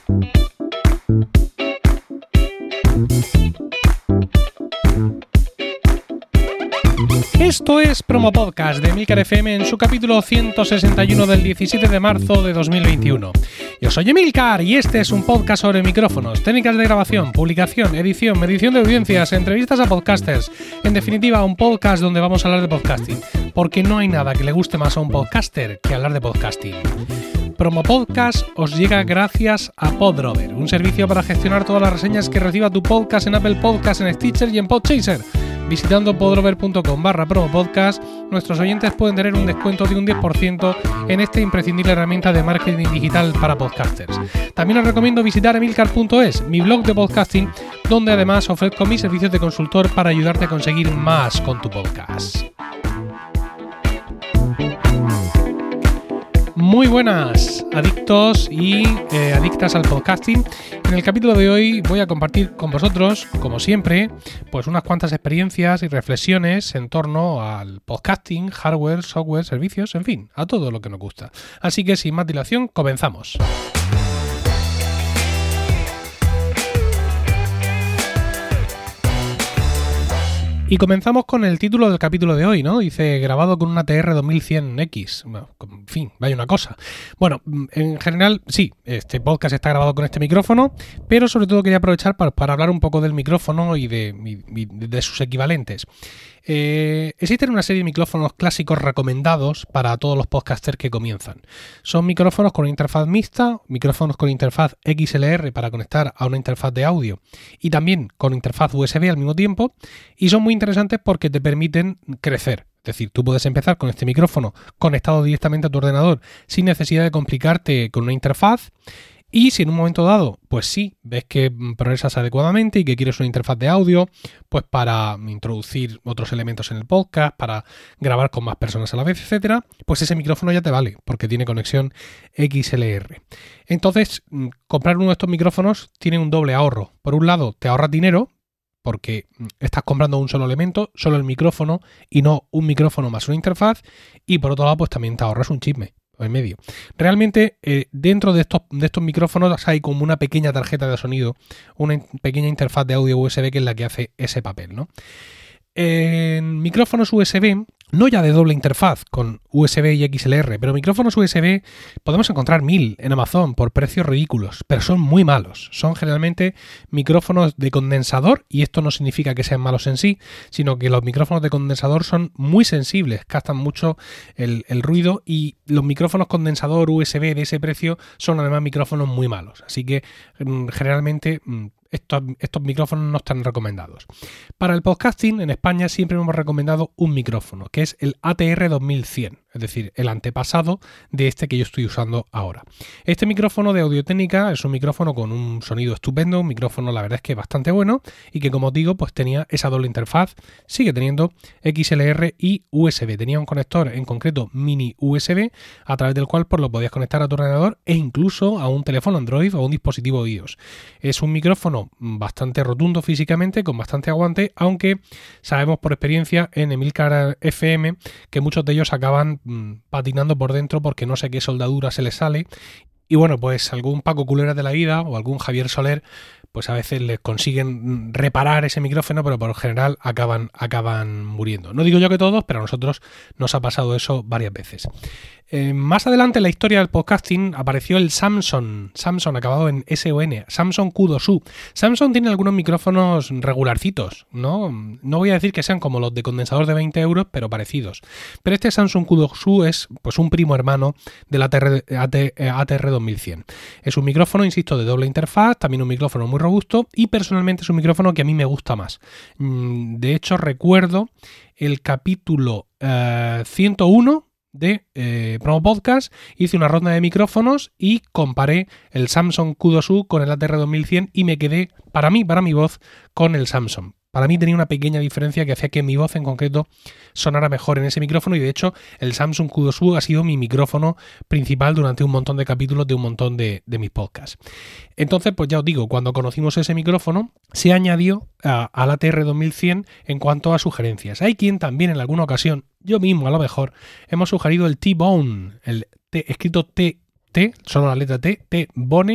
Esto es Promo Podcast de Emilcar FM en su capítulo 161 del 17 de marzo de 2021. Yo soy Emilcar y este es un podcast sobre micrófonos, técnicas de grabación, publicación, edición, medición de audiencias, entrevistas a podcasters. En definitiva, un podcast donde vamos a hablar de podcasting, porque no hay nada que le guste más a un podcaster que hablar de podcasting. Promo Podcast os llega gracias a Podrover, un servicio para gestionar todas las reseñas que reciba tu podcast en Apple Podcasts, en Stitcher y en Podchaser. Visitando podrover.com/promopodcast, nuestros oyentes pueden tener un descuento de un 10% en esta imprescindible herramienta de marketing digital para podcasters. También os recomiendo visitar emilcar.es, mi blog de podcasting, donde además ofrezco mis servicios de consultor para ayudarte a conseguir más con tu podcast. Muy buenas, adictos y adictas al podcasting. En el capítulo de hoy voy a compartir con vosotros, como siempre, pues unas cuantas experiencias y reflexiones en torno al podcasting, hardware, software, servicios, en fin, a todo lo que nos gusta. Así que sin más dilación, comenzamos. Y comenzamos con el título del capítulo de hoy, ¿no? Dice, grabado con una TR-2100X. Bueno, en fin, vaya una cosa. Bueno, en general, sí, este podcast está grabado con este micrófono, pero sobre todo quería aprovechar para hablar un poco del micrófono y de sus equivalentes. Existen una serie de micrófonos clásicos recomendados para todos los podcasters que comienzan. Son micrófonos con interfaz mixta, micrófonos con interfaz XLR para conectar a una interfaz de audio y también con interfaz USB al mismo tiempo, y son muy interesantes porque te permiten crecer. Es decir, tú puedes empezar con este micrófono conectado directamente a tu ordenador sin necesidad de complicarte con una interfaz. Y si en un momento dado, pues sí, ves que progresas adecuadamente y que quieres una interfaz de audio, pues para introducir otros elementos en el podcast, para grabar con más personas a la vez, etcétera, pues ese micrófono ya te vale, porque tiene conexión XLR. Entonces, comprar uno de estos micrófonos tiene un doble ahorro. Por un lado, te ahorras dinero, porque estás comprando un solo elemento, solo el micrófono, y no un micrófono más una interfaz, y por otro lado, pues también te ahorras un chisme en medio. Realmente dentro de estos micrófonos hay como una pequeña tarjeta de sonido, una pequeña interfaz de audio USB que es la que hace ese papel, ¿no? En micrófonos USB, no ya de doble interfaz con USB y XLR, pero micrófonos USB podemos encontrar 1000 en Amazon por precios ridículos, pero son muy malos. Son generalmente micrófonos de condensador, y esto no significa que sean malos en sí, sino que los micrófonos de condensador son muy sensibles, captan mucho el ruido, y los micrófonos condensador USB de ese precio son además micrófonos muy malos. Así que generalmente estos micrófonos no están recomendados. Para el podcasting, en España siempre hemos recomendado un micrófono, que es el ATR-2100, es decir, el antepasado de este que yo estoy usando ahora. Este micrófono de Audio-Técnica es un micrófono con un sonido estupendo, un micrófono la verdad es que bastante bueno, y que, como os digo, pues tenía esa doble interfaz, sigue teniendo XLR y USB. Tenía un conector en concreto mini USB, a través del cual pues lo podías conectar a tu ordenador e incluso a un teléfono Android o a un dispositivo iOS. Es un micrófono bastante rotundo físicamente, con bastante aguante, aunque sabemos por experiencia en Emilcar FM que muchos de ellos acaban patinando por dentro porque no sé qué soldadura se les sale. Y bueno, pues algún Paco Culera de la vida o algún Javier Soler, pues a veces les consiguen reparar ese micrófono, pero por lo general acaban muriendo. No digo yo que todos, pero a nosotros nos ha pasado eso varias veces. Más adelante en la historia del podcasting apareció el Samson acabado en SON, Samson Q2U. Samson tiene algunos micrófonos regularcitos, ¿no? No voy a decir que sean como los de condensador de 20 euros, pero parecidos. Pero este Samson Q2U es pues un primo hermano del ATR-2100. Es un micrófono, insisto, de doble interfaz, también un micrófono muy robusto, y personalmente es un micrófono que a mí me gusta más. De hecho, recuerdo el capítulo 101 de Promo Podcast, hice una ronda de micrófonos y comparé el Samson Q2U con el ATR-2100 y me quedé, para mi voz, con el Samson. Para mí tenía una pequeña diferencia que hacía que mi voz en concreto sonara mejor en ese micrófono, y de hecho el Samsung Q2U ha sido mi micrófono principal durante un montón de capítulos de un montón de mis podcasts. Entonces, pues ya os digo, cuando conocimos ese micrófono se añadió al ATR-2100 en cuanto a sugerencias. Hay quien también en alguna ocasión, yo mismo a lo mejor, hemos sugerido el T-Bone, el T escrito T, solo la letra T-Bone,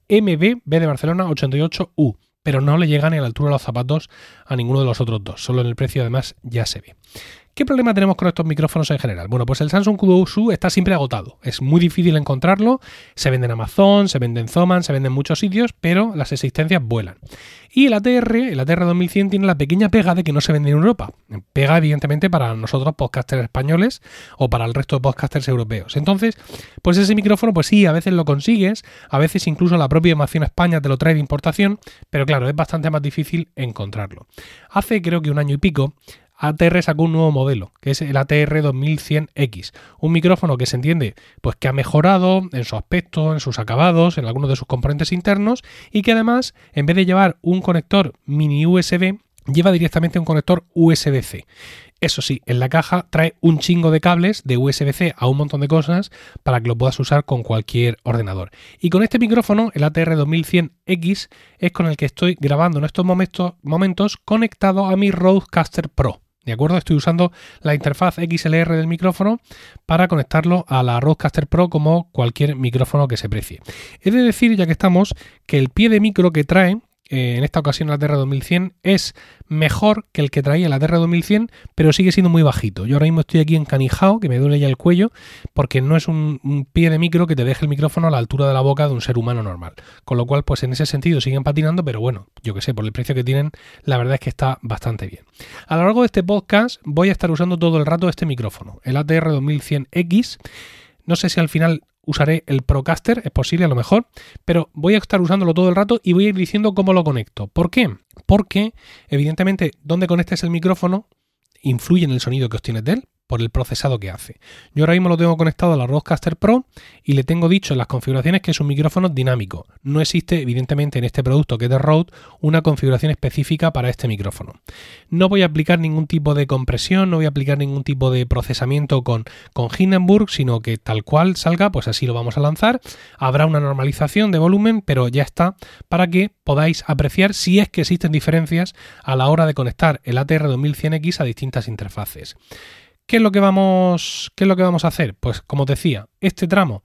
MB, B de Barcelona 88U, pero no le llega ni a la altura de los zapatos a ninguno de los otros dos, solo en el precio además ya se ve. ¿Qué problema tenemos con estos micrófonos en general? Bueno, pues el Samsung Q2U está siempre agotado. Es muy difícil encontrarlo. Se vende en Amazon, se vende en Zoman, se vende en muchos sitios, pero las existencias vuelan. Y el ATR 2100 tiene la pequeña pega de que no se vende en Europa. Pega, evidentemente, para nosotros podcasters españoles o para el resto de podcasters europeos. Entonces, pues ese micrófono, pues sí, a veces lo consigues, a veces incluso la propia Amazon España te lo trae de importación, pero claro, es bastante más difícil encontrarlo. Hace creo que un año y pico, ATR sacó un nuevo modelo, que es el ATR 2100X, un micrófono que se entiende pues que ha mejorado en su aspecto, en sus acabados, en algunos de sus componentes internos y que además, en vez de llevar un conector mini USB, lleva directamente un conector USB-C. Eso sí, en la caja trae un chingo de cables de USB-C a un montón de cosas para que lo puedas usar con cualquier ordenador. Y con este micrófono, el ATR 2100X, es con el que estoy grabando en estos momentos conectado a mi Rodecaster Pro. ¿De acuerdo? Estoy usando la interfaz XLR del micrófono para conectarlo a la Rodecaster Pro como cualquier micrófono que se precie. He de decir, ya que estamos, que el pie de micro que trae, en esta ocasión el ATR 2100, es mejor que el que traía el ATR 2100, pero sigue siendo muy bajito. Yo ahora mismo estoy aquí encanijado, que me duele ya el cuello, porque no es un pie de micro que te deje el micrófono a la altura de la boca de un ser humano normal. Con lo cual, pues en ese sentido siguen patinando, pero bueno, yo que sé, por el precio que tienen, la verdad es que está bastante bien. A lo largo de este podcast voy a estar usando todo el rato este micrófono, el ATR 2100X. No sé si al final usaré el Procaster, es posible a lo mejor, pero voy a estar usándolo todo el rato y voy a ir diciendo cómo lo conecto. ¿Por qué? Porque, evidentemente, donde conectes el micrófono influye en el sonido que obtienes de él, por el procesado que hace. Yo ahora mismo lo tengo conectado a la Rodecaster Pro y le tengo dicho en las configuraciones que es un micrófono dinámico. No existe, evidentemente, en este producto que es de Rode, una configuración específica para este micrófono. No voy a aplicar ningún tipo de compresión, no voy a aplicar ningún tipo de procesamiento con Hindenburg, sino que tal cual salga, pues así lo vamos a lanzar. Habrá una normalización de volumen, pero ya está, para que podáis apreciar si es que existen diferencias a la hora de conectar el ATR 2100X a distintas interfaces. ¿Qué es lo que vamos a hacer? Pues como os decía, este tramo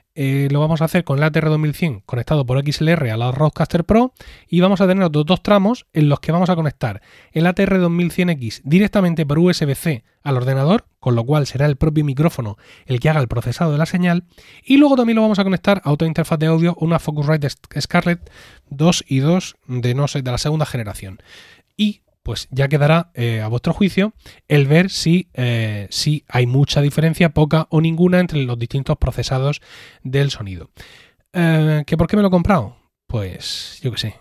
lo vamos a hacer con el ATR 2100 conectado por XLR a la Rodecaster Pro y vamos a tener otros dos tramos en los que vamos a conectar el ATR 2100X directamente por USB-C al ordenador, con lo cual será el propio micrófono el que haga el procesado de la señal, y luego también lo vamos a conectar a otra interfaz de audio, una Focusrite Scarlett 2 y 2 de la segunda generación. Y pues ya quedará a vuestro juicio el ver si hay mucha diferencia, poca o ninguna entre los distintos procesados del sonido. ¿Que por qué me lo he comprado? Pues yo qué sé.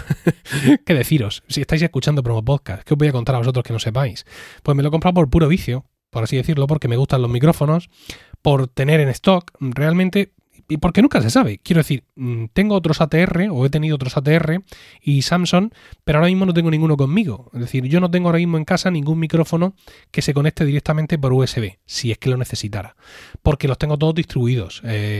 ¿Qué deciros? Si estáis escuchando Promo Podcast, ¿qué os voy a contar a vosotros que no sepáis? Pues me lo he comprado por puro vicio, por así decirlo, porque me gustan los micrófonos, por tener en stock realmente. Y porque nunca se sabe. Quiero decir, tengo otros ATR o he tenido otros ATR y Samsung, pero ahora mismo no tengo ninguno conmigo. Es decir, yo no tengo ahora mismo en casa ningún micrófono que se conecte directamente por USB, si es que lo necesitara. Porque los tengo todos distribuidos.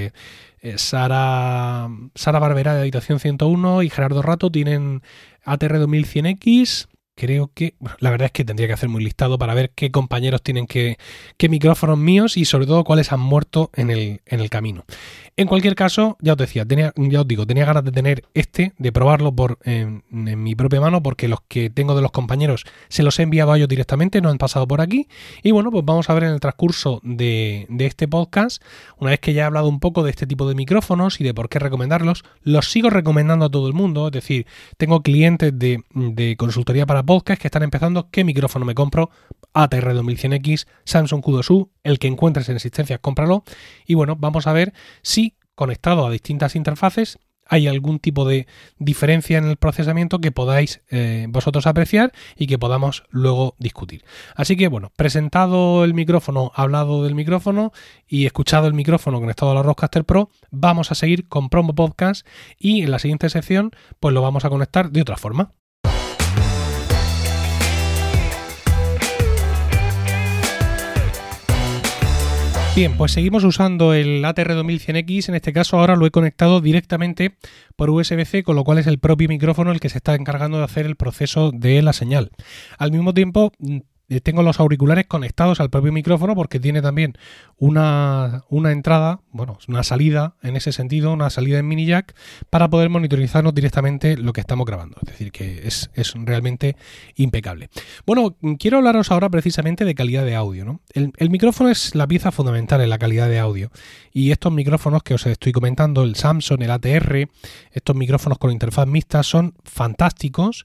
Sara Barberá de Habitación 101 y Gerardo Rato tienen ATR 2100X. Creo que, bueno, la verdad es que tendría que hacer muy listado para ver qué compañeros tienen qué micrófonos míos y sobre todo cuáles han muerto en el camino. En cualquier caso, ya os decía, tenía ganas de tener de probarlo en mi propia mano, porque los que tengo de los compañeros se los he enviado a ellos directamente, no han pasado por aquí. Y bueno, pues vamos a ver en el transcurso de este podcast, una vez que ya he hablado un poco de este tipo de micrófonos y de por qué recomendarlos, los sigo recomendando a todo el mundo. Es decir, tengo clientes de consultoría para podcast que están empezando. ¿Qué micrófono me compro? ATR 2100X, Samsung Q2U, el que encuentres en existencias, cómpralo. Y bueno, vamos a ver si conectado a distintas interfaces hay algún tipo de diferencia en el procesamiento que podáis vosotros apreciar y que podamos luego discutir. Así que bueno, presentado el micrófono, hablado del micrófono y escuchado el micrófono conectado a la Rodecaster Pro, vamos a seguir con Promo Podcast y en la siguiente sección pues lo vamos a conectar de otra forma. Bien, pues seguimos usando el ATR 2100X, en este caso ahora lo he conectado directamente por USB-C, con lo cual es el propio micrófono el que se está encargando de hacer el proceso de la señal. Al mismo tiempo, tengo los auriculares conectados al propio micrófono porque tiene también una entrada, bueno, una salida en ese sentido, una salida en mini jack para poder monitorizarnos directamente lo que estamos grabando. Es decir, que es realmente impecable. Bueno, quiero hablaros ahora precisamente de calidad de audio, ¿no? El micrófono es la pieza fundamental en la calidad de audio. Y estos micrófonos que os estoy comentando, el Samson, el ATR, estos micrófonos con interfaz mixta son fantásticos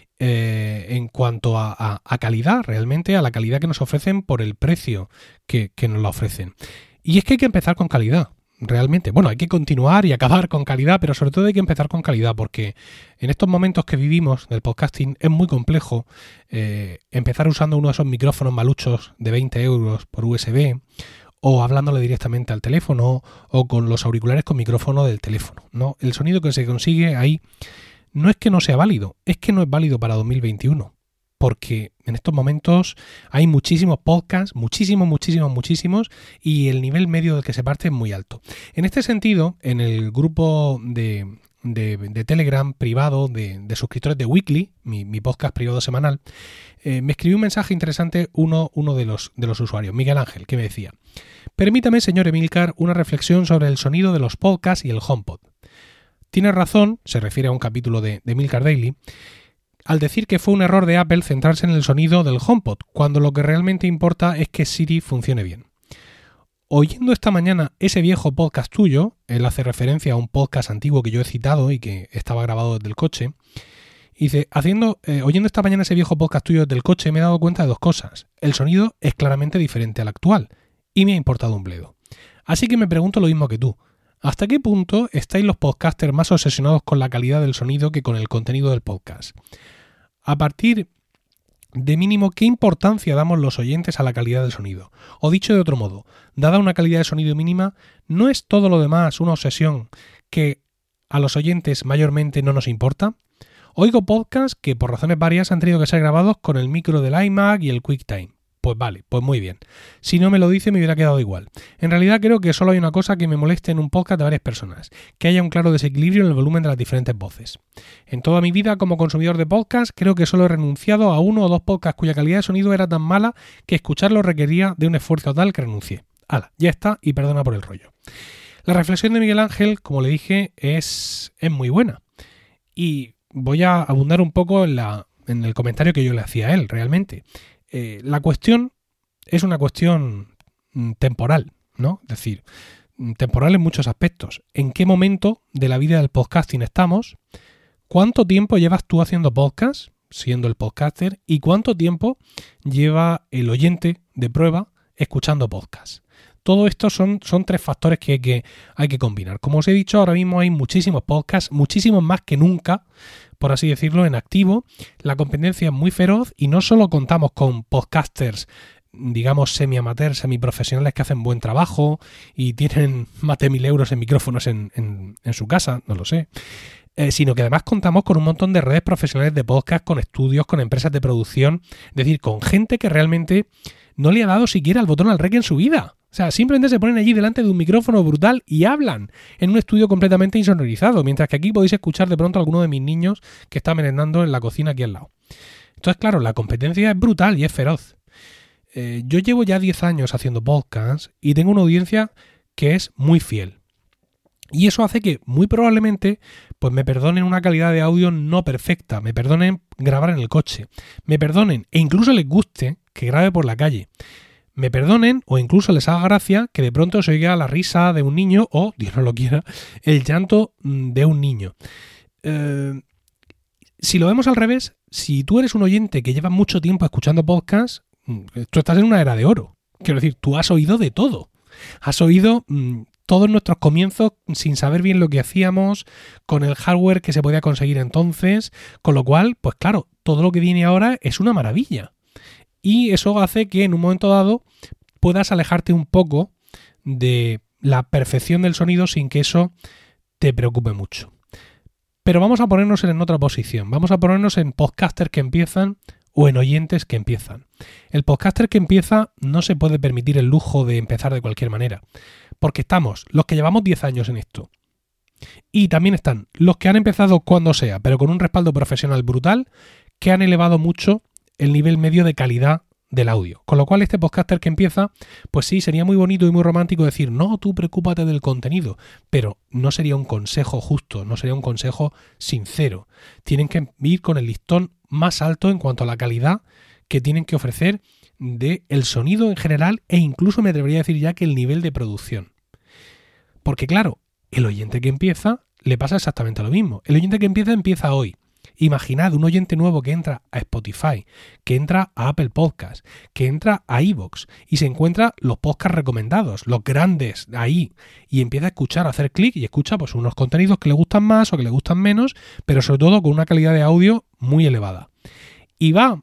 en cuanto a calidad, realmente a la calidad que nos ofrecen por el precio que nos la ofrecen. Y es que hay que empezar con calidad, realmente. Bueno, hay que continuar y acabar con calidad, pero sobre todo hay que empezar con calidad porque en estos momentos que vivimos del podcasting es muy complejo empezar usando uno de esos micrófonos maluchos de 20 euros por USB o hablándole directamente al teléfono o con los auriculares con micrófono del teléfono, ¿no? El sonido que se consigue ahí no es que no sea válido, es que no es válido para 2021, porque en estos momentos hay muchísimos podcasts, muchísimos, y el nivel medio del que se parte es muy alto. En este sentido, en el grupo de Telegram privado de suscriptores de Weekly, mi podcast privado semanal, me escribió un mensaje interesante uno de los usuarios, Miguel Ángel, que me decía: permítame, señor Emilcar, una reflexión sobre el sonido de los podcasts y el HomePod. Tiene razón, se refiere a un capítulo de Emilcar Daily, al decir que fue un error de Apple centrarse en el sonido del HomePod, cuando lo que realmente importa es que Siri funcione bien. Oyendo esta mañana ese viejo podcast tuyo, él hace referencia a un podcast antiguo que yo he citado y que estaba grabado desde el coche, dice, oyendo esta mañana ese viejo podcast tuyo desde el coche me he dado cuenta de dos cosas. El sonido es claramente diferente al actual y me ha importado un bledo. Así que me pregunto lo mismo que tú. ¿Hasta qué punto estáis los podcasters más obsesionados con la calidad del sonido que con el contenido del podcast? A partir de mínimo, ¿qué importancia damos los oyentes a la calidad del sonido? O dicho de otro modo, dada una calidad de sonido mínima, ¿no es todo lo demás una obsesión que a los oyentes mayormente no nos importa? Oigo podcasts que por razones varias han tenido que ser grabados con el micro del iMac y el QuickTime. Pues vale, pues muy bien. Si no me lo dice me hubiera quedado igual. En realidad creo que solo hay una cosa que me moleste en un podcast de varias personas, que haya un claro desequilibrio en el volumen de las diferentes voces. En toda mi vida como consumidor de podcast creo que solo he renunciado a uno o dos podcasts cuya calidad de sonido era tan mala que escucharlo requería de un esfuerzo tal que renuncié. Hala, ya está y perdona por el rollo. La reflexión de Miguel Ángel, como le dije, es muy buena. Y voy a abundar un poco en el comentario que yo le hacía a él, realmente. La cuestión es una cuestión temporal, ¿no? Es decir, temporal en muchos aspectos. ¿En qué momento de la vida del podcasting estamos? ¿Cuánto tiempo llevas tú haciendo podcast, siendo el podcaster? ¿Y cuánto tiempo lleva el oyente de prueba escuchando podcast? Todo esto son tres factores que hay que combinar. Como os he dicho, ahora mismo hay muchísimos podcasts, muchísimos más que nunca, por así decirlo, en activo. La competencia es muy feroz y no solo contamos con podcasters, digamos, semi-amateurs, semi-profesionales que hacen buen trabajo y tienen más de 1.000 euros en micrófonos en su casa, no lo sé, sino que además contamos con un montón de redes profesionales de podcast, con estudios, con empresas de producción, es decir, con gente que realmente no le ha dado siquiera el botón al rec en su vida. O sea, simplemente se ponen allí delante de un micrófono brutal y hablan en un estudio completamente insonorizado, mientras que aquí podéis escuchar de pronto a alguno de mis niños que está merendando en la cocina aquí al lado. Entonces, claro, la competencia es brutal y es feroz. Yo llevo ya 10 años haciendo podcasts y tengo una audiencia que es muy fiel. Y eso hace que muy probablemente pues me perdonen una calidad de audio no perfecta, me perdonen grabar en el coche, me perdonen e incluso les guste que grabe por la calle. Me perdonen o incluso les haga gracia que de pronto se oiga la risa de un niño o, Dios no lo quiera, el llanto de un niño. Si lo vemos al revés, si tú eres un oyente que lleva mucho tiempo escuchando podcasts, tú estás en una era de oro. Quiero decir, tú has oído de todo. Has oído todos nuestros comienzos sin saber bien lo que hacíamos, con el hardware que se podía conseguir entonces, con lo cual, pues claro, todo lo que viene ahora es una maravilla. Y eso hace que en un momento dado puedas alejarte un poco de la perfección del sonido sin que eso te preocupe mucho. Pero vamos a ponernos en otra posición. Vamos a ponernos en podcasters que empiezan o en oyentes que empiezan. El podcaster que empieza no se puede permitir el lujo de empezar de cualquier manera. Porque estamos los que llevamos 10 años en esto. Y también están los que han empezado cuando sea, pero con un respaldo profesional brutal, que han elevado mucho el nivel medio de calidad del audio. Con lo cual este podcaster que empieza, pues sí, sería muy bonito y muy romántico decir, no, tú preocúpate del contenido, pero no sería un consejo justo, no sería un consejo sincero. Tienen que ir con el listón más alto en cuanto a la calidad que tienen que ofrecer del sonido en general e incluso me atrevería a decir ya que el nivel de producción. Porque claro, el oyente que empieza le pasa exactamente lo mismo. El oyente que empieza hoy. Imaginad un oyente nuevo que entra a Spotify, que entra a Apple Podcasts, que entra a iVoox y se encuentra los podcasts recomendados, los grandes ahí, y empieza a escuchar, a hacer clic y escucha pues unos contenidos que le gustan más o que le gustan menos, pero sobre todo con una calidad de audio muy elevada. Y va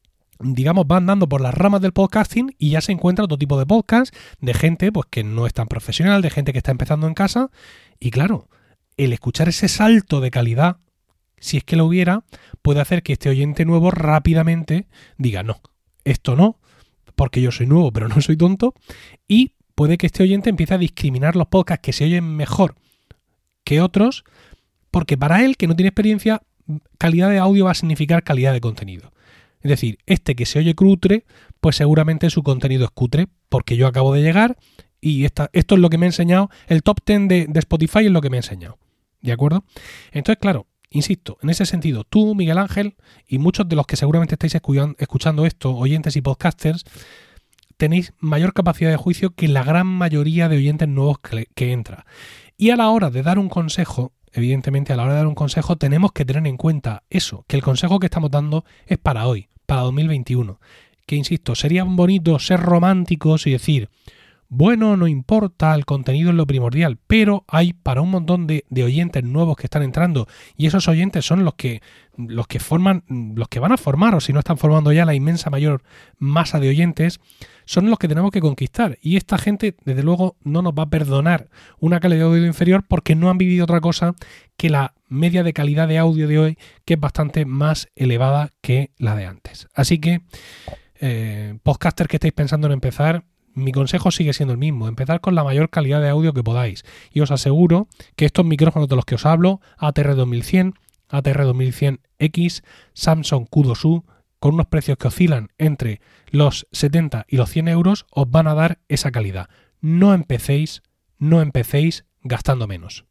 andando por las ramas del podcasting y ya se encuentra otro tipo de podcast de gente pues que no es tan profesional, de gente que está empezando en casa y claro, el escuchar ese salto de calidad, si es que lo hubiera, puede hacer que este oyente nuevo rápidamente diga no, esto no, porque yo soy nuevo pero no soy tonto y puede que este oyente empiece a discriminar los podcasts que se oyen mejor que otros porque para él, que no tiene experiencia, calidad de audio va a significar calidad de contenido. Es decir, este que se oye cutre, pues seguramente su contenido es cutre, porque yo acabo de llegar y esto es lo que me ha enseñado, el top 10 de Spotify es lo que me ha enseñado, ¿de acuerdo? Entonces, claro, insisto, en ese sentido, tú, Miguel Ángel, y muchos de los que seguramente estáis escuchando esto, oyentes y podcasters, tenéis mayor capacidad de juicio que la gran mayoría de oyentes nuevos que entra. Y a la hora de dar un consejo, evidentemente a la hora de dar un consejo tenemos que tener en cuenta eso, que el consejo que estamos dando es para hoy, para 2021. Que insisto, sería bonito ser románticos y decir, bueno, no importa, el contenido es lo primordial, pero hay para un montón de oyentes nuevos que están entrando y esos oyentes son los que forman, los que van a formar, o si no están formando ya la inmensa mayor masa de oyentes, son los que tenemos que conquistar. Y esta gente, desde luego, no nos va a perdonar una calidad de audio inferior porque no han vivido otra cosa que la media de calidad de audio de hoy, que es bastante más elevada que la de antes. Así que, podcaster que estáis pensando en empezar, mi consejo sigue siendo el mismo, empezar con la mayor calidad de audio que podáis. Y os aseguro que estos micrófonos de los que os hablo, ATR 2100, ATR 2100X, Samsung Q2U, con unos precios que oscilan entre los 70 y los 100 euros, os van a dar esa calidad. No empecéis gastando menos.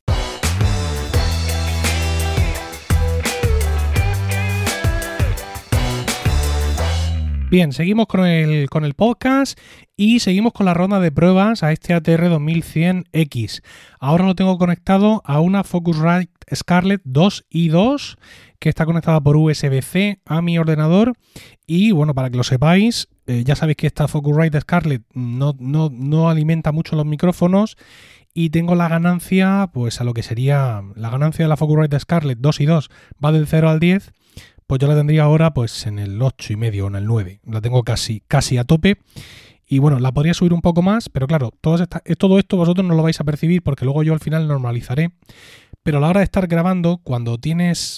Bien, seguimos con el podcast y seguimos con la ronda de pruebas a este ATR 2100X. Ahora lo tengo conectado a una Focusrite Scarlett 2i2 que está conectada por USB-C a mi ordenador y bueno, para que lo sepáis, ya sabéis que esta Focusrite Scarlett no alimenta mucho los micrófonos y tengo la ganancia, pues a lo que sería la ganancia de la Focusrite Scarlett 2i2 va del 0 al 10. Pues yo la tendría ahora pues en el 8,5 o en el 9. La tengo casi a tope. Y bueno, la podría subir un poco más, pero claro, todo esto vosotros no lo vais a percibir porque luego yo al final normalizaré. Pero a la hora de estar grabando, cuando tienes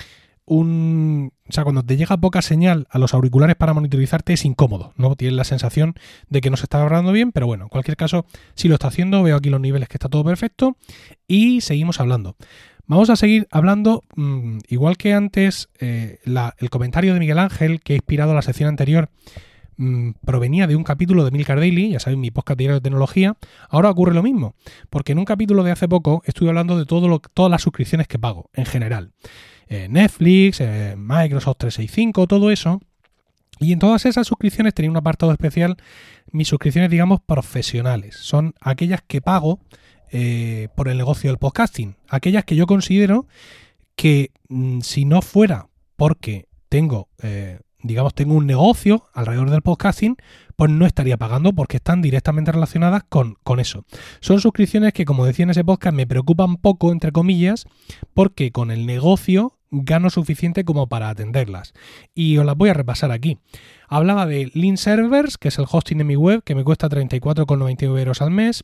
cuando te llega poca señal a los auriculares para monitorizarte es incómodo, ¿no? Tienes la sensación de que no se está grabando bien, pero bueno, en cualquier caso, si lo está haciendo, veo aquí los niveles que está todo perfecto y seguimos hablando. Vamos a seguir hablando, igual que antes, el comentario de Miguel Ángel que ha inspirado la sección anterior provenía de un capítulo de Milcar Daily, ya sabéis, mi podcast diario de tecnología. Ahora ocurre lo mismo, porque en un capítulo de hace poco estuve hablando de todas las suscripciones que pago, en general. Netflix, Microsoft 365, todo eso. Y en todas esas suscripciones tenía un apartado especial, mis suscripciones, digamos, profesionales. Son aquellas que pago por el negocio del podcasting. Aquellas que yo considero que si no fuera porque tengo un negocio alrededor del podcasting, pues no estaría pagando porque están directamente relacionadas con eso. Son suscripciones que, como decía en ese podcast, me preocupan poco, entre comillas, porque con el negocio gano suficiente como para atenderlas. Y os las voy a repasar aquí. Hablaba de Link Servers, que es el hosting de mi web, que me cuesta 34,99 euros al mes.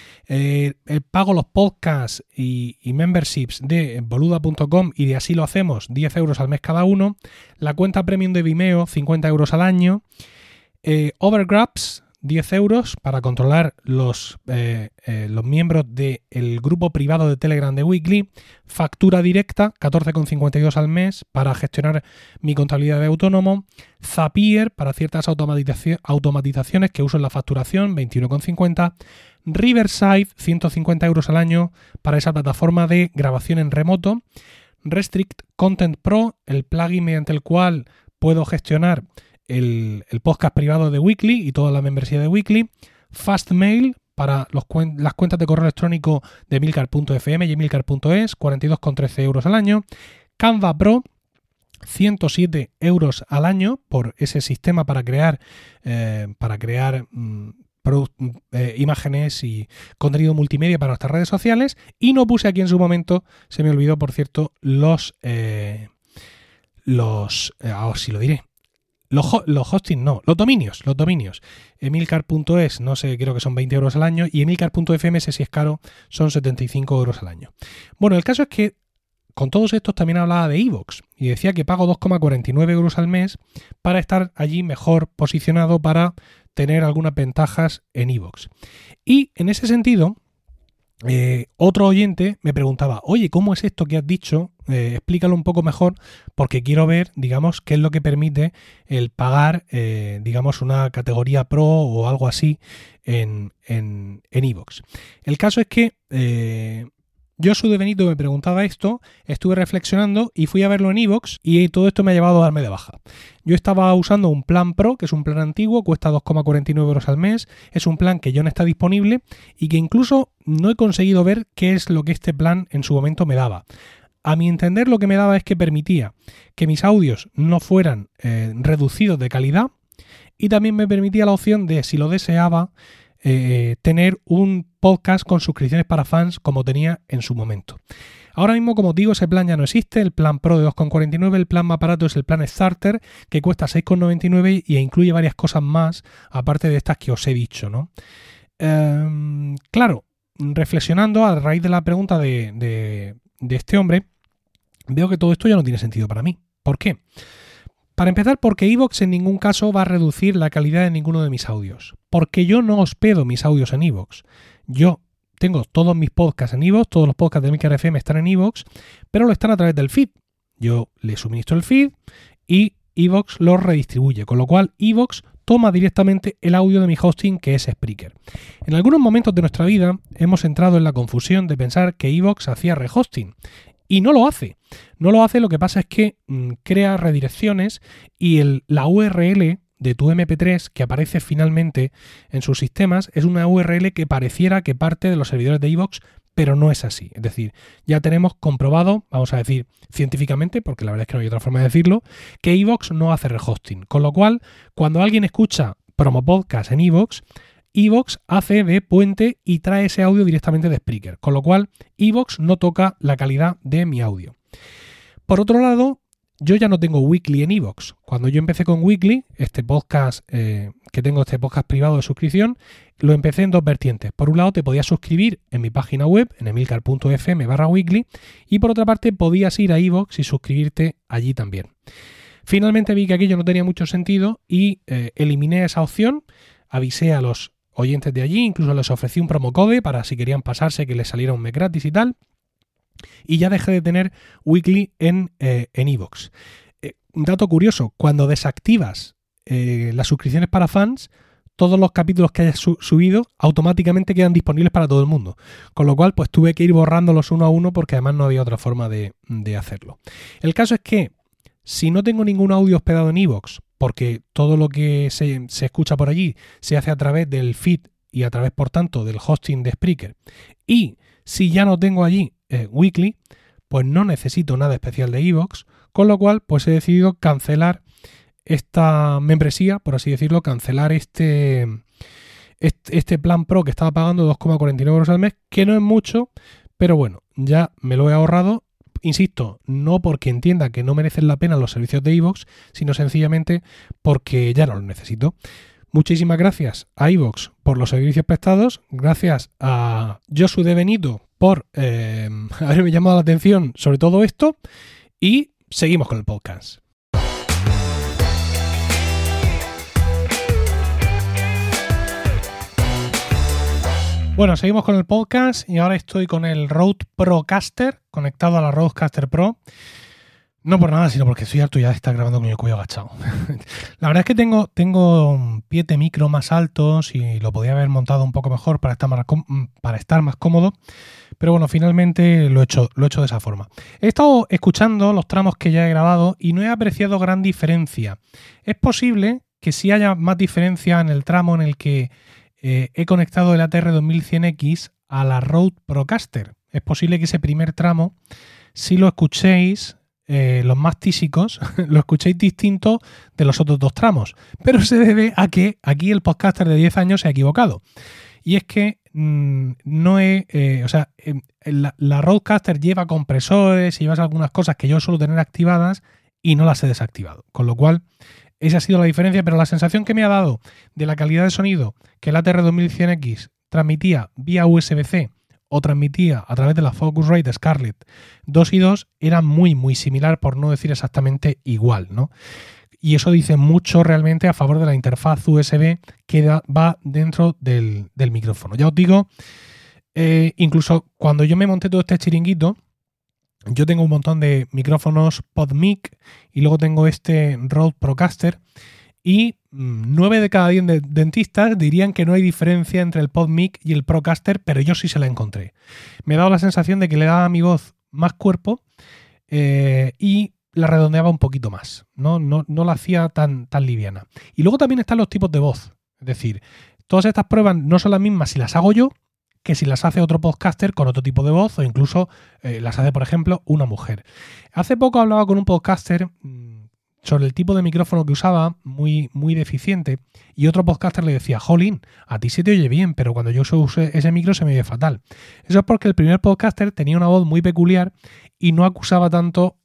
Pago los podcasts y memberships de boluda.com y de Así Lo Hacemos, 10 euros al mes cada uno. La cuenta premium de Vimeo, 50 euros al año. Overgrabs, 10 euros para controlar los miembros del grupo privado de Telegram de Weekly, factura directa, 14,52 al mes para gestionar mi contabilidad de autónomo, Zapier para ciertas automatizaciones que uso en la facturación, 21,50, Riverside, 150 euros al año para esa plataforma de grabación en remoto, Restrict Content Pro, el plugin mediante el cual puedo gestionar el podcast privado de Weekly y toda la membresía de Weekly, Fastmail para las cuentas de correo electrónico de Emilcar.fm y Emilcar.es, 42,13 euros al año, Canva Pro, 107 euros al año por ese sistema para crear imágenes y contenido multimedia para nuestras redes sociales. Y no puse aquí en su momento, se me olvidó, por cierto, los dominios. Emilcar.es, no sé, creo que son 20 euros al año, y Emilcar.fm, si es caro, son 75 euros al año. Bueno, el caso es que con todos estos también hablaba de iVoox y decía que pago 2,49 euros al mes para estar allí mejor posicionado, para tener algunas ventajas en iVoox. Y en ese sentido, otro oyente me preguntaba, oye, ¿cómo es esto que has dicho? Explícalo un poco mejor, porque quiero ver, digamos, qué es lo que permite el pagar, digamos, una categoría Pro o algo así en iVoox. El caso es que Josu de Benito me preguntaba esto, estuve reflexionando y fui a verlo en iVoox y todo esto me ha llevado a darme de baja. Yo estaba usando un plan Pro, que es un plan antiguo, cuesta 2,49 euros al mes, es un plan que ya no está disponible y que incluso no he conseguido ver qué es lo que este plan en su momento me daba. A mi entender, lo que me daba es que permitía que mis audios no fueran reducidos de calidad, y también me permitía la opción de, si lo deseaba, tener un podcast con suscripciones para fans como tenía en su momento. Ahora mismo, como digo, ese plan ya no existe, el plan Pro de 2,49, el plan más barato es el plan Starter, que cuesta 6,99 y incluye varias cosas más, aparte de estas que os he dicho, ¿no? Claro, reflexionando a raíz de la pregunta de este hombre, veo que todo esto ya no tiene sentido para mí. ¿Por qué? Para empezar, porque iVoox en ningún caso va a reducir la calidad de ninguno de mis audios. Porque yo no hospedo mis audios en iVoox. Yo tengo todos mis podcasts en iVoox, todos los podcasts de Emilcar FM están en iVoox, pero lo están a través del feed. Yo le suministro el feed y iVoox los redistribuye, con lo cual iVoox toma directamente el audio de mi hosting, que es Spreaker. En algunos momentos de nuestra vida hemos entrado en la confusión de pensar que iVoox hacía rehosting. Y no lo hace. No lo hace, lo que pasa es que crea redirecciones y la URL de tu MP3 que aparece finalmente en sus sistemas es una URL que pareciera que parte de los servidores de iVoox, pero no es así. Es decir, ya tenemos comprobado, vamos a decir científicamente, porque la verdad es que no hay otra forma de decirlo, que iVoox no hace rehosting. Con lo cual, cuando alguien escucha promo podcast en iVoox, iVoox hace de puente y trae ese audio directamente de Spreaker, con lo cual iVoox no toca la calidad de mi audio. Por otro lado, yo ya no tengo Weekly en iVoox. Cuando yo empecé con Weekly, este podcast que tengo, este podcast privado de suscripción, lo empecé en dos vertientes. Por un lado, te podías suscribir en mi página web, en emilcar.fm/weekly, y por otra parte, podías ir a iVoox y suscribirte allí también. Finalmente vi que aquello no tenía mucho sentido y eliminé esa opción, avisé a los oyentes de allí, incluso les ofrecí un promocode para si querían pasarse que les saliera un mes gratis y tal, y ya dejé de tener Weekly en iVoox. Un dato curioso, cuando desactivas las suscripciones para fans, todos los capítulos que hayas subido automáticamente quedan disponibles para todo el mundo, con lo cual pues tuve que ir borrándolos uno a uno porque además no había otra forma de hacerlo. El caso es que si no tengo ningún audio hospedado en iVoox, porque todo lo que se escucha por allí se hace a través del feed y a través, por tanto, del hosting de Spreaker, y si ya no tengo allí Weekly, pues no necesito nada especial de iVoox, con lo cual pues he decidido cancelar esta membresía, por así decirlo, cancelar este plan Pro que estaba pagando 2,49 euros al mes, que no es mucho, pero bueno, ya me lo he ahorrado. Insisto, no porque entienda que no merecen la pena los servicios de iVoox, sino sencillamente porque ya no los necesito. Muchísimas gracias a iVoox por los servicios prestados, gracias a Josu de Benito por haberme llamado la atención sobre todo esto, y seguimos con el podcast. Bueno, seguimos con el podcast y ahora estoy con el Rode Procaster conectado a la Rodecaster Pro. No por nada, sino porque estoy harto ya de estar grabando con el cuello agachado. La verdad es que tengo pies de micro más altos y lo podía haber montado un poco mejor para estar más cómodo. Pero bueno, finalmente lo he hecho de esa forma. He estado escuchando los tramos que ya he grabado y no he apreciado gran diferencia. Es posible que sí haya más diferencia en el tramo en el que he conectado el ATR 2100X a la Rode Procaster. Es posible que ese primer tramo, si lo escuchéis, los más tísicos, lo escuchéis distinto de los otros dos tramos. Pero se debe a que aquí el podcaster de 10 años se ha equivocado. Y es que la Rodecaster lleva compresores y lleva algunas cosas que yo suelo tener activadas y no las he desactivado. Con lo cual, esa ha sido la diferencia, pero la sensación que me ha dado de la calidad de sonido que el ATR 2100X transmitía vía USB-C o transmitía a través de la Focusrite Scarlett 2 y 2 era muy, muy similar, por no decir exactamente igual, ¿no? Y eso dice mucho realmente a favor de la interfaz USB que va dentro del micrófono. Ya os digo, incluso cuando yo me monté todo este chiringuito, yo tengo un montón de micrófonos PodMic y luego tengo este Rode Procaster y 9 de cada 10 dentistas dirían que no hay diferencia entre el PodMic y el Procaster, pero yo sí se la encontré. Me ha dado la sensación de que le daba a mi voz más cuerpo y la redondeaba un poquito más, no la hacía tan liviana. Y luego también están los tipos de voz, es decir, todas estas pruebas no son las mismas si las hago yo que si las hace otro podcaster con otro tipo de voz o incluso las hace, por ejemplo, una mujer. Hace poco hablaba con un podcaster sobre el tipo de micrófono que usaba, muy, muy deficiente, y otro podcaster le decía, jolín, a ti se te oye bien, pero cuando yo uso ese micro se me oye fatal. Eso es porque el primer podcaster tenía una voz muy peculiar y no acusaba tanto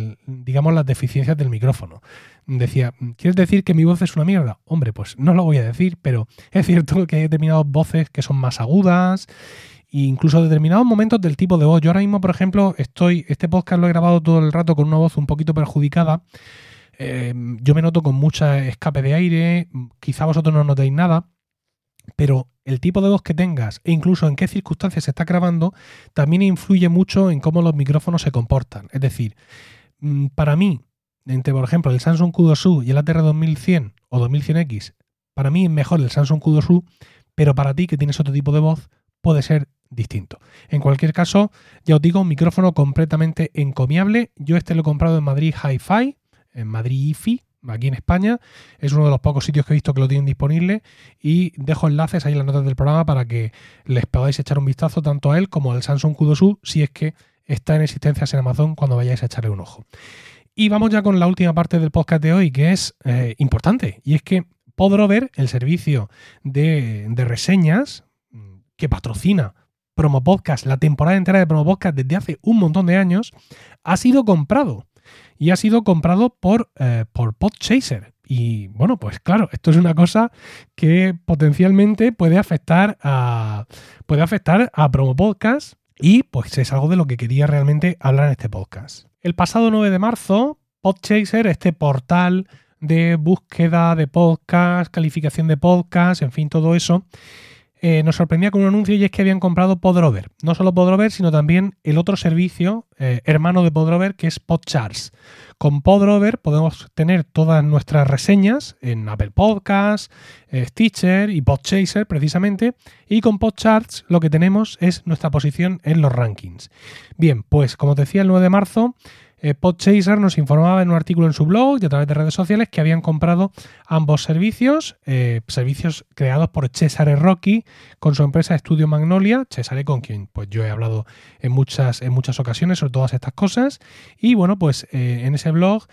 las deficiencias del micrófono. Decía, ¿quieres decir que mi voz es una mierda? Hombre, pues no lo voy a decir, pero es cierto que hay determinadas voces que son más agudas e incluso determinados momentos del tipo de voz. Yo ahora mismo, por ejemplo, este podcast lo he grabado todo el rato con una voz un poquito perjudicada. Yo me noto con mucha escape de aire, quizá vosotros no notéis nada, pero el tipo de voz que tengas e incluso en qué circunstancias se está grabando también influye mucho en cómo los micrófonos se comportan. Es decir, para mí, entre por ejemplo el Samsung Q2U y el ATR 2100 o 2100X, para mí es mejor el Samsung Q2U, pero para ti que tienes otro tipo de voz puede ser distinto. En cualquier caso, ya os digo, un micrófono completamente encomiable. Yo lo he comprado en Madrid Hi-Fi, en Madrid IFI, aquí en España. Es uno de los pocos sitios que he visto que lo tienen disponible y dejo enlaces ahí en las notas del programa para que les podáis echar un vistazo tanto a él como al Samsung Q2U si es que está en existencias en Amazon cuando vayáis a echarle un ojo. Y vamos ya con la última parte del podcast de hoy, que es importante, y es que Podrover, el servicio de reseñas que patrocina Promo Podcast, la temporada entera de Promo Podcast desde hace un montón de años, ha sido comprado. Y ha sido comprado por Podchaser. Y bueno, pues claro, esto es una cosa que potencialmente puede afectar a Promo Podcast y pues es algo de lo que quería realmente hablar en este podcast. El pasado 9 de marzo, Podchaser, este portal de búsqueda de podcast, calificación de podcast, en fin, todo eso, nos sorprendía con un anuncio y es que habían comprado Podrover. No solo Podrover, sino también el otro servicio hermano de Podrover, que es Podcharts. Con Podrover podemos tener todas nuestras reseñas en Apple Podcasts, Stitcher y Podchaser precisamente, y con Podcharts lo que tenemos es nuestra posición en los rankings. Bien, pues como te decía, el 9 de marzo Podchaser nos informaba en un artículo en su blog y a través de redes sociales que habían comprado ambos servicios, servicios creados por Cesare Rocchi con su empresa Studio Magnolia, Cesare con quien pues yo he hablado en muchas ocasiones sobre todas estas cosas. Y bueno, pues en ese blog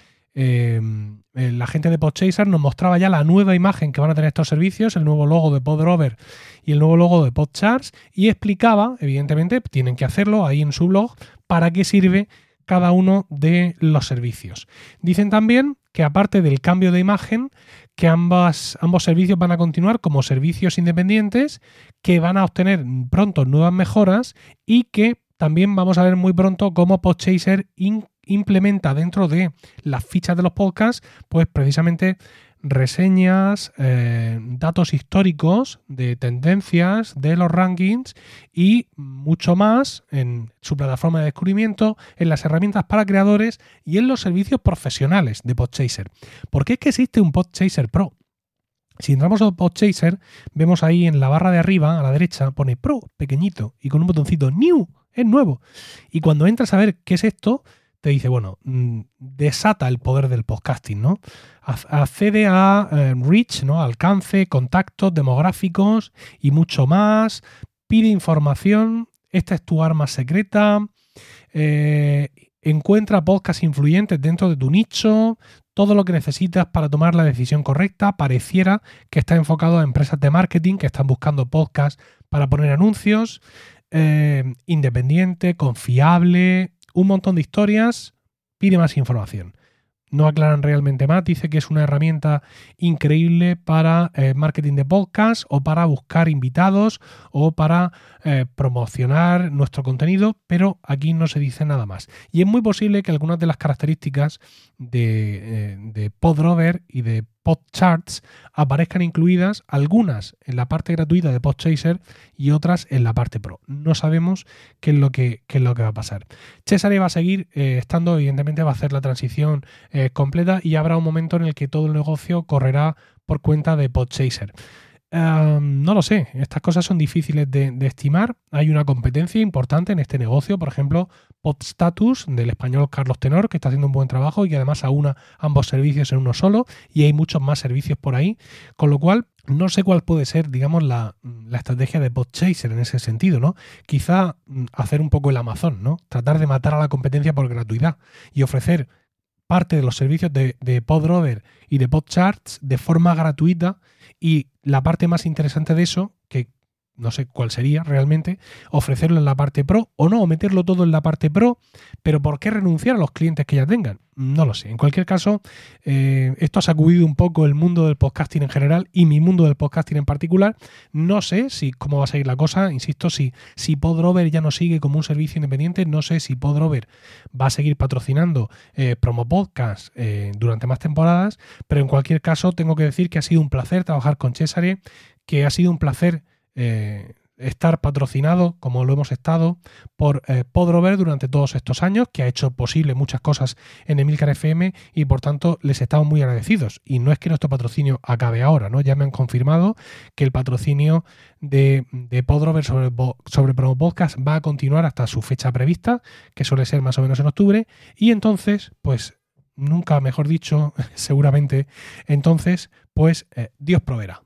la gente de Podchaser nos mostraba ya la nueva imagen que van a tener estos servicios, el nuevo logo de Podrover y el nuevo logo de Podcharts, y explicaba, evidentemente, tienen que hacerlo ahí en su blog, para qué sirve cada uno de los servicios. Dicen también que aparte del cambio de imagen, que ambos servicios van a continuar como servicios independientes, que van a obtener pronto nuevas mejoras y que también vamos a ver muy pronto cómo Podchaser implementa dentro de las fichas de los podcasts, pues precisamente reseñas, datos históricos de tendencias, de los rankings y mucho más en su plataforma de descubrimiento, en las herramientas para creadores y en los servicios profesionales de Podchaser. ¿Por qué es que existe un Podchaser Pro? Si entramos a Podchaser, vemos ahí en la barra de arriba, a la derecha, pone Pro, pequeñito, y con un botoncito New, es nuevo. Y cuando entras a ver qué es esto, te dice, bueno, desata el poder del podcasting, ¿no? Accede a reach, ¿no? Alcance, contactos, demográficos y mucho más. Pide información, esta es tu arma secreta. Encuentra podcasts influyentes dentro de tu nicho, todo lo que necesitas para tomar la decisión correcta. Pareciera que está enfocado a empresas de marketing que están buscando podcasts para poner anuncios. Independiente, confiable, un montón de historias. Pide más información. No aclaran realmente más, dice que es una herramienta increíble para marketing de podcast o para buscar invitados o para promocionar nuestro contenido, pero aquí no se dice nada más. Y es muy posible que algunas de las características de Podrover y de Podcharts aparezcan incluidas, algunas en la parte gratuita de Podchaser y otras en la parte Pro. No sabemos qué es lo que va a pasar. Cesare va a seguir estando, evidentemente va a hacer la transición completa y habrá un momento en el que todo el negocio correrá por cuenta de Podchaser. No lo sé, estas cosas son difíciles de estimar. Hay una competencia importante en este negocio, por ejemplo, Podstatus, del español Carlos Tenor, que está haciendo un buen trabajo y que además aúna ambos servicios en uno solo, y hay muchos más servicios por ahí, con lo cual no sé cuál puede ser, digamos, la estrategia de Podchaser en ese sentido, ¿no? Quizá hacer un poco el Amazon, ¿no? Tratar de matar a la competencia por gratuidad y ofrecer parte de los servicios de Podrover y de Podcharts de forma gratuita, y la parte más interesante de eso, que no sé cuál sería realmente, ofrecerlo en la parte Pro o no, o meterlo todo en la parte Pro, pero ¿por qué renunciar a los clientes que ya tengan? No lo sé. En cualquier caso, esto ha sacudido un poco el mundo del podcasting en general y mi mundo del podcasting en particular. No sé cómo va a seguir la cosa. Insisto, si Podrover ya no sigue como un servicio independiente, no sé si Podrover va a seguir patrocinando Promo Podcast durante más temporadas, pero en cualquier caso tengo que decir que ha sido un placer trabajar con Cesare, que ha sido un placer estar patrocinado, como lo hemos estado, por Podrover durante todos estos años, que ha hecho posible muchas cosas en Emilcar FM, y por tanto les estamos muy agradecidos. Y no es que nuestro patrocinio acabe ahora, ¿no? Ya me han confirmado que el patrocinio de Podrover sobre Promo Podcast va a continuar hasta su fecha prevista, que suele ser más o menos en octubre, y entonces, pues nunca mejor dicho, seguramente, entonces, pues Dios proveerá.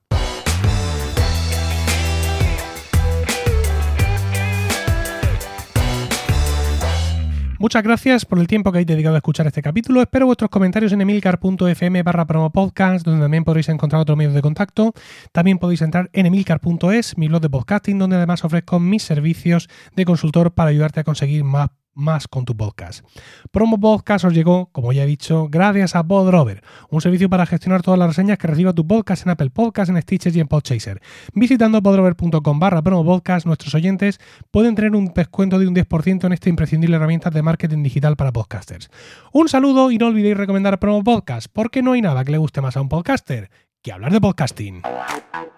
Muchas gracias por el tiempo que habéis dedicado a escuchar este capítulo. Espero vuestros comentarios en emilcar.fm/promopodcast, donde también podréis encontrar otros medios de contacto. También podéis entrar en emilcar.es, mi blog de podcasting, donde además ofrezco mis servicios de consultor para ayudarte a conseguir más con tu podcast. Promo Podcast os llegó, como ya he dicho, gracias a Podrover, un servicio para gestionar todas las reseñas que reciba tu podcast en Apple Podcasts, en Stitcher y en Podchaser. Visitando podrover.com/promopodcast, nuestros oyentes pueden tener un descuento de un 10% en esta imprescindible herramienta de marketing digital para podcasters. Un saludo y no olvidéis recomendar Promo Podcast, porque no hay nada que le guste más a un podcaster que hablar de podcasting.